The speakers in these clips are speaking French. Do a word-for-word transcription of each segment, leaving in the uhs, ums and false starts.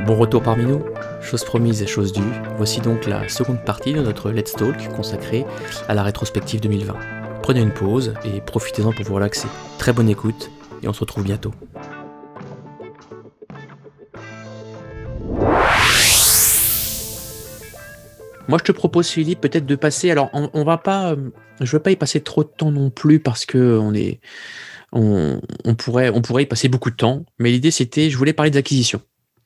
Bon retour parmi nous, chose promise et chose due, voici donc la seconde partie de notre Let's Talk consacrée à la rétrospective deux mille vingt. Prenez une pause et profitez-en pour vous relaxer. Très bonne écoute et on se retrouve bientôt. Moi je te propose Philippe peut-être de passer, alors on, on va pas, euh, je veux pas y passer trop de temps non plus parce que on est, on, on pourrait, on pourrait y passer beaucoup de temps, mais l'idée c'était, je voulais parler des acquisitions.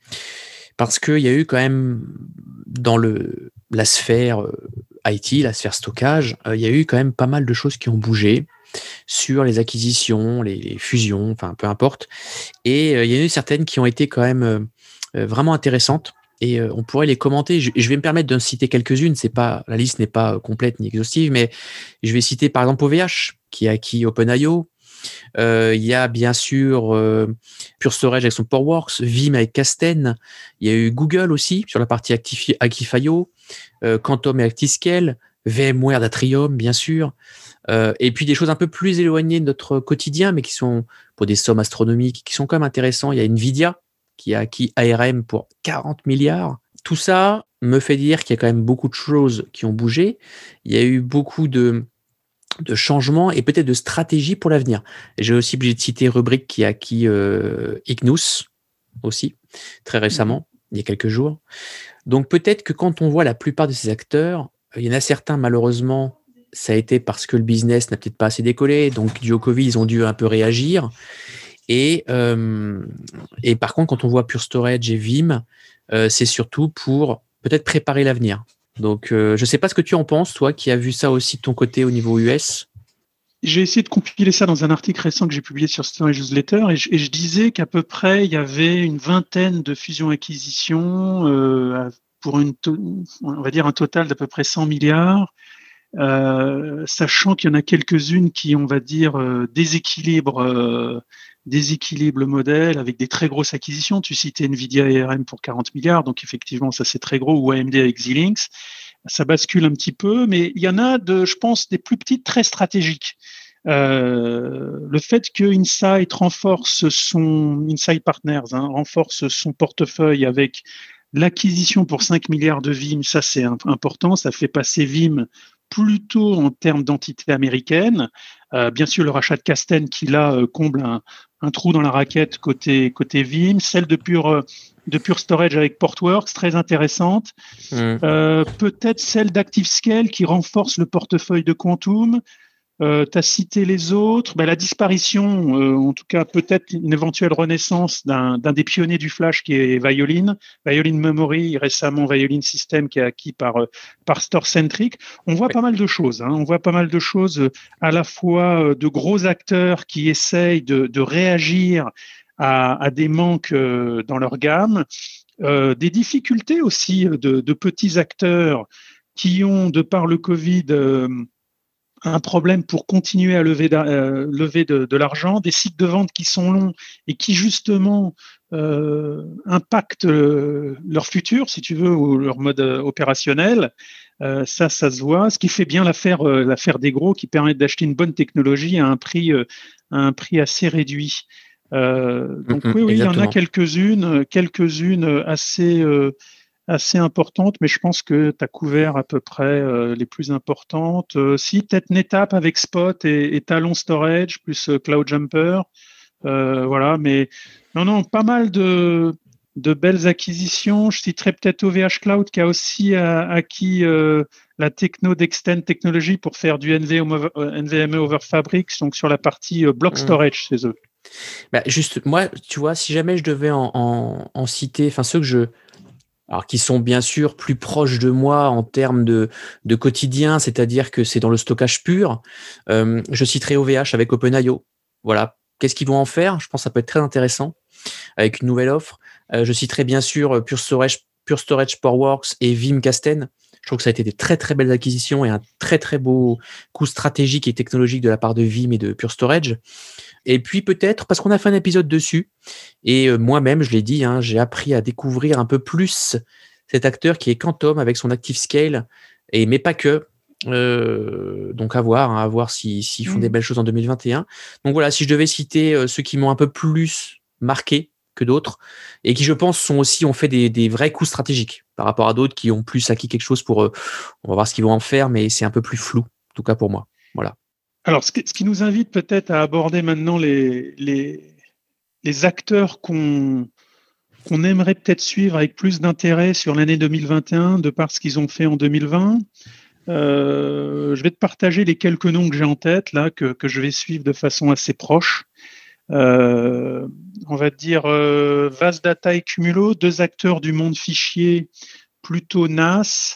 Parce qu'il y a eu quand même, dans le, la sphère euh, I T, la sphère stockage, euh, il y a eu quand même pas mal de choses qui ont bougé sur les acquisitions, les, les fusions, enfin peu importe. Et euh, il y en a eu certaines qui ont été quand même euh, vraiment intéressantes. Et euh, on pourrait les commenter. Je, je vais me permettre d'en citer quelques-unes. C'est pas, la liste n'est pas complète ni exhaustive, mais je vais citer par exemple O V H, qui a acquis OpenIO. Euh, il y a bien sûr euh, Pure Storage avec son Portworx, Vim avec Kasten. Il y a eu Google aussi sur la partie Actif- Actifio, euh, Quantum et Actiscale, VMware d'Atrium, bien sûr. Euh, et puis des choses un peu plus éloignées de notre quotidien, mais qui sont pour des sommes astronomiques, qui sont quand même intéressants. Il y a Nvidia qui a acquis A R M pour quarante milliards. Tout ça me fait dire qu'il y a quand même beaucoup de choses qui ont bougé. Il y a eu beaucoup de de changement et peut-être de stratégie pour l'avenir. J'ai aussi obligé de citer Rubrik qui a acquis euh, Ignus aussi, très récemment, mmh. il y a quelques jours. Donc peut-être que quand on voit la plupart de ces acteurs, il y en a certains malheureusement, ça a été parce que le business n'a peut-être pas assez décollé, donc dû au Covid, ils ont dû un peu réagir. Et, euh, et par contre, quand on voit Pure Storage et Vim, euh, c'est surtout pour peut-être préparer l'avenir. Donc, euh, je ne sais pas ce que tu en penses, toi, qui as vu ça aussi de ton côté au niveau U S. J'ai essayé de compiler ça dans un article récent que j'ai publié sur Storage Newsletter et je, et je disais qu'à peu près, il y avait une vingtaine de fusions-acquisitions euh, pour une, to- on va dire un total d'à peu près cent milliards, euh, sachant qu'il y en a quelques-unes qui, on va dire, euh, déséquilibrent, euh, déséquilibrent le modèle avec des très grosses acquisitions. Tu citais Nvidia et A R M pour quarante milliards, donc effectivement, ça c'est très gros, ou A M D avec Xilinx. Ça bascule un petit peu, mais il y en a de, je pense, des plus petites très stratégiques. Euh, le fait que Insight renforce son Insight Partners hein, renforce son portefeuille avec l'acquisition pour cinq milliards de Vim, ça c'est important, ça fait passer Vim plutôt en termes d'entité américaine. Euh, bien sûr, le rachat de Kasten qui là euh, comble un, un trou dans la raquette côté côté Vim, celle de Pure de Pure Storage avec Portworx, très intéressante. Mmh. Euh, peut-être celle d'ActiveScale qui renforce le portefeuille de Quantum. Euh, tu as cité les autres. Ben, la disparition, euh, en tout cas peut-être une éventuelle renaissance d'un, d'un des pionniers du flash qui est Violin. Violin Memory, récemment Violin System qui est acquis par, par StoreCentric. On voit ouais. pas mal de choses. Hein. On voit pas mal de choses à la fois de gros acteurs qui essayent de, de réagir à, à des manques euh, dans leur gamme. Euh, des difficultés aussi de, de petits acteurs qui ont, de par le Covid, euh, un problème pour continuer à lever, euh, lever de, de l'argent, des cycles de vente qui sont longs et qui justement euh, impactent euh, leur futur, si tu veux, ou leur mode opérationnel. Euh, ça, ça se voit. Ce qui fait bien l'affaire, euh, l'affaire des gros, qui permet d'acheter une bonne technologie à un prix, euh, à un prix assez réduit. Euh, donc mmh, oui, oui, exactement. Il y en a quelques-unes, quelques-unes assez, euh, assez importantes, mais je pense que tu as couvert à peu près euh, les plus importantes. Euh, si, peut-être NetApp avec Spot et, et Talon Storage, plus euh, CloudJumper. Euh, voilà, mais non, non, pas mal de, de belles acquisitions. Je citerai peut-être O V H Cloud qui a aussi euh, acquis euh, la techno d'Extend Technology pour faire du N V M over, euh, N V M E over Fabric, donc sur la partie euh, block storage mmh. chez eux. Bah, juste, moi, tu vois, si jamais je devais en, en, en citer, enfin ceux que je, alors qui sont bien sûr plus proches de moi en termes de, de quotidien, c'est-à-dire que c'est dans le stockage pur, euh, je citerai O V H avec OpenIO. Voilà. Qu'est-ce qu'ils vont en faire? Je pense que ça peut être très intéressant avec une nouvelle offre. Euh, je citerai bien sûr Pure Storage, Pure Storage Portworx et Vim Kasten. Je trouve que ça a été des très très belles acquisitions et un très très beau coup stratégique et technologique de la part de Vim et de Pure Storage. Et puis peut-être, parce qu'on a fait un épisode dessus, et euh, moi-même, je l'ai dit, hein, j'ai appris à découvrir un peu plus cet acteur qui est Quantum avec son ActiveScale, et, mais pas que. Euh, donc à voir, hein, à voir s'ils si, si font mmh. des belles choses en deux mille vingt et un. Donc voilà, si je devais citer euh, ceux qui m'ont un peu plus marqué que d'autres et qui, je pense, sont aussi ont fait des, des vrais coups stratégiques par rapport à d'autres qui ont plus acquis quelque chose pour eux. On va voir ce qu'ils vont en faire, mais c'est un peu plus flou, en tout cas pour moi. Voilà. Alors, ce qui, ce qui nous invite peut-être à aborder maintenant les, les, les acteurs qu'on qu'on aimerait peut-être suivre avec plus d'intérêt sur l'année deux mille vingt et un, de par ce qu'ils ont fait en deux mille vingt. Euh, je vais te partager les quelques noms que j'ai en tête, là, que, que je vais suivre de façon assez proche. Euh, on va dire euh, Vast Data et Cumulo, deux acteurs du monde fichier plutôt N A S,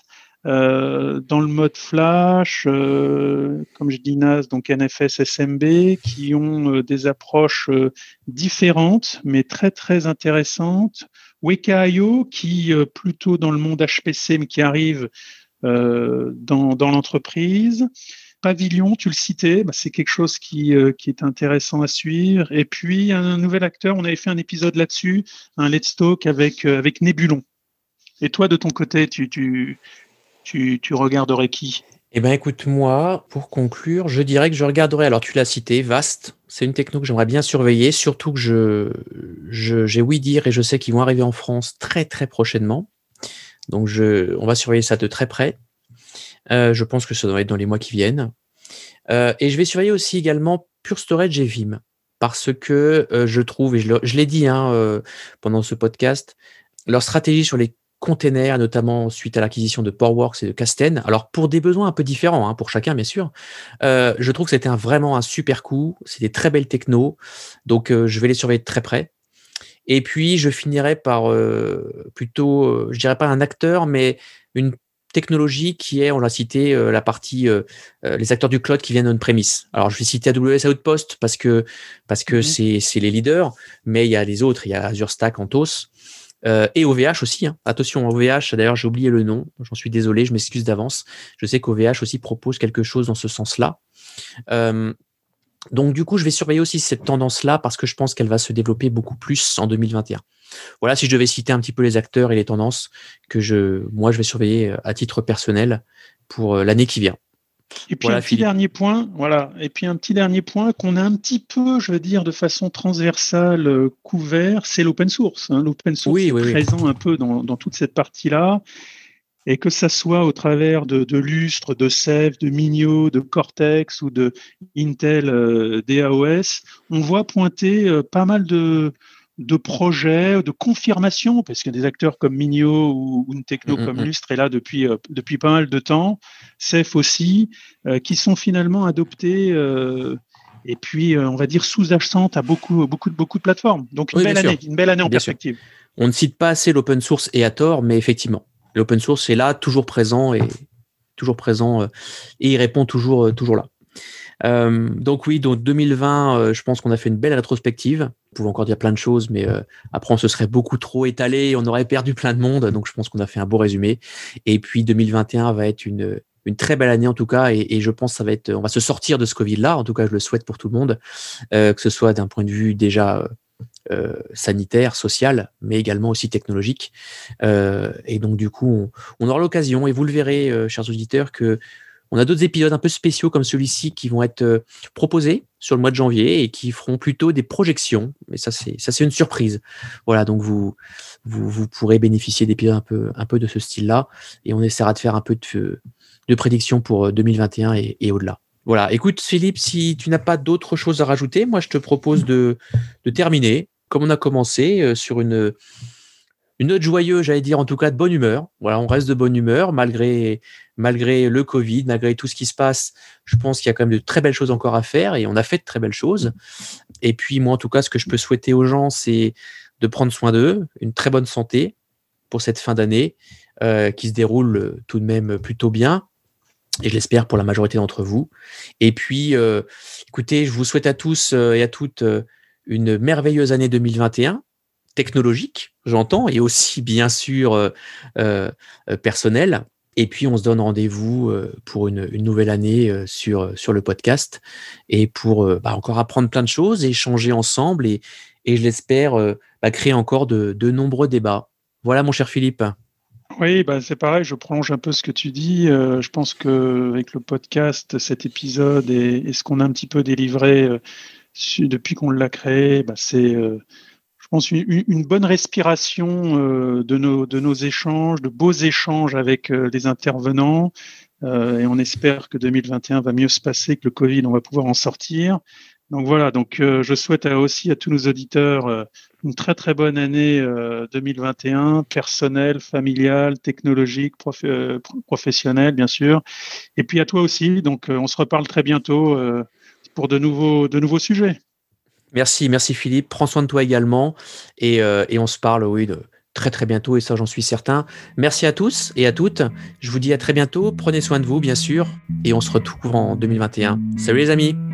euh, dans le mode Flash, euh, comme je dis N A S, donc N F S S M B, qui ont euh, des approches euh, différentes, mais très très intéressantes. Weka point i o, qui euh, plutôt dans le monde H P C, mais qui arrive euh, dans, dans l'entreprise. Pavilion, tu le citais, bah, c'est quelque chose qui, euh, qui est intéressant à suivre. Et puis, un nouvel acteur, on avait fait un épisode là-dessus, un Let's Talk avec, euh, avec Nebulon. Et toi, de ton côté, tu, tu, tu, tu regarderais qui ? Eh bien, écoute, moi, pour conclure, je dirais que je regarderai, alors tu l'as cité, Vast, c'est une techno que j'aimerais bien surveiller, surtout que je, je, j'ai ouï dire et je sais qu'ils vont arriver en France très très prochainement. Donc, je, on va surveiller ça de très près. Euh, je pense que ça doit être dans les mois qui viennent. Euh, et je vais surveiller aussi également Pure Storage et Vim, parce que euh, je trouve, et je, le, je l'ai dit hein, euh, pendant ce podcast, leur stratégie sur les containers, notamment suite à l'acquisition de Portworx et de Kasten, alors pour des besoins un peu différents, hein, pour chacun bien sûr, euh, je trouve que c'était un, vraiment un super coup, c'est des très belles technos, donc euh, je vais les surveiller de très près. Et puis je finirai par euh, plutôt, euh, je dirais pas un acteur, mais une technologie qui est, on l'a cité, euh, la partie, euh, euh, les acteurs du cloud qui viennent on-premise. Alors, je vais citer A W S Outpost parce que, parce que mm-hmm. c'est, c'est les leaders, mais il y a les autres, il y a Azure Stack, Anthos, euh, et O V H aussi. Hein. Attention, O V H, d'ailleurs, j'ai oublié le nom, j'en suis désolé, je m'excuse d'avance. Je sais qu'O V H aussi propose quelque chose dans ce sens-là. Euh, donc, du coup, je vais surveiller aussi cette tendance-là parce que je pense qu'elle va se développer beaucoup plus en deux mille vingt et un. Voilà, si je devais citer un petit peu les acteurs et les tendances que je, moi, je vais surveiller à titre personnel pour l'année qui vient. Et puis voilà, un petit Philippe. dernier point, voilà. Et puis un petit dernier point qu'on a un petit peu, je veux dire, de façon transversale euh, couvert, c'est l'open source. Hein. L'open source oui, est oui, présent oui. un peu dans, dans toute cette partie-là. Et que ça soit au travers de, de Lustre, de Ceph, de Minio, de Cortex ou de Intel euh, D A O S, on voit pointer euh, pas mal de, de projets, de confirmations, parce qu'il y a des acteurs comme Minio ou, ou une techno mmh, comme mmh. Lustre est là depuis, euh, depuis pas mal de temps, Ceph aussi, euh, qui sont finalement adoptés euh, et puis, euh, on va dire, sous-jacentes à beaucoup, beaucoup, beaucoup de plateformes. Donc, une, oui, belle, année, une belle année en bien perspective. Sûr. On ne cite pas assez l'open source et à tort, mais effectivement, l'open source est là, toujours présent et toujours présent euh, et il répond toujours, euh, toujours là. Euh, donc oui, donc deux mille vingt, euh, je pense qu'on a fait une belle rétrospective. On pouvait encore dire plein de choses, mais euh, après on se serait beaucoup trop étalé et on aurait perdu plein de monde. Donc je pense qu'on a fait un beau résumé. Et puis deux mille vingt et un va être une une très belle année en tout cas, et, et je pense que ça va être, on va se sortir de ce Covid-là. En tout cas, je le souhaite pour tout le monde, euh, que ce soit d'un point de vue déjà euh, sanitaire, social, mais également aussi technologique. Euh, et donc du coup, on, on aura l'occasion, et vous le verrez, euh, chers auditeurs, que on a d'autres épisodes un peu spéciaux comme celui-ci qui vont être euh, proposés sur le mois de janvier et qui feront plutôt des projections. Mais ça, c'est ça, c'est une surprise. Voilà, donc vous vous, vous pourrez bénéficier d'épisodes un peu un peu de ce style-là, et on essaiera de faire un peu de, de prédictions pour deux mille vingt et un et, et au-delà. Voilà. Écoute, Philippe, si tu n'as pas d'autres choses à rajouter, moi, je te propose de de terminer comme on a commencé euh, sur une Une note joyeuse, j'allais dire, en tout cas de bonne humeur. Voilà, on reste de bonne humeur malgré, malgré le Covid, malgré tout ce qui se passe. Je pense qu'il y a quand même de très belles choses encore à faire et on a fait de très belles choses. Et puis, moi, en tout cas, ce que je peux souhaiter aux gens, c'est de prendre soin d'eux, une très bonne santé pour cette fin d'année euh, qui se déroule tout de même plutôt bien. Et je l'espère pour la majorité d'entre vous. Et puis, euh, écoutez, je vous souhaite à tous euh, et à toutes euh, une merveilleuse année deux mille vingt et un. Technologique, j'entends, et aussi bien sûr euh, euh, personnel. Et puis on se donne rendez-vous euh, pour une, une nouvelle année euh, sur, sur le podcast et pour euh, bah, encore apprendre plein de choses, et échanger ensemble et, et je l'espère euh, bah, créer encore de, de nombreux débats. Voilà mon cher Philippe. Oui, bah, c'est pareil, je prolonge un peu ce que tu dis. Euh, je pense qu'avec le podcast, cet épisode et, et ce qu'on a un petit peu délivré euh, depuis qu'on l'a créé, bah, c'est... Euh, je pense, une, une bonne respiration euh, de, nos, de nos échanges, de beaux échanges avec euh, les intervenants. Euh, et on espère que deux mille vingt et un va mieux se passer, que le Covid, on va pouvoir en sortir. Donc voilà, donc euh, je souhaite aussi à tous nos auditeurs euh, une très très bonne année euh, deux mille vingt et un, personnelle, familiale, technologique, prof, euh, professionnelle bien sûr. Et puis à toi aussi, donc euh, on se reparle très bientôt euh, pour de nouveaux, de nouveaux sujets. Merci, merci Philippe. Prends soin de toi également. Et, euh, et on se parle, oui, de très très bientôt, et ça j'en suis certain. Merci à tous et à toutes. Je vous dis à très bientôt. Prenez soin de vous, bien sûr. Et on se retrouve en deux mille vingt et un. Salut les amis!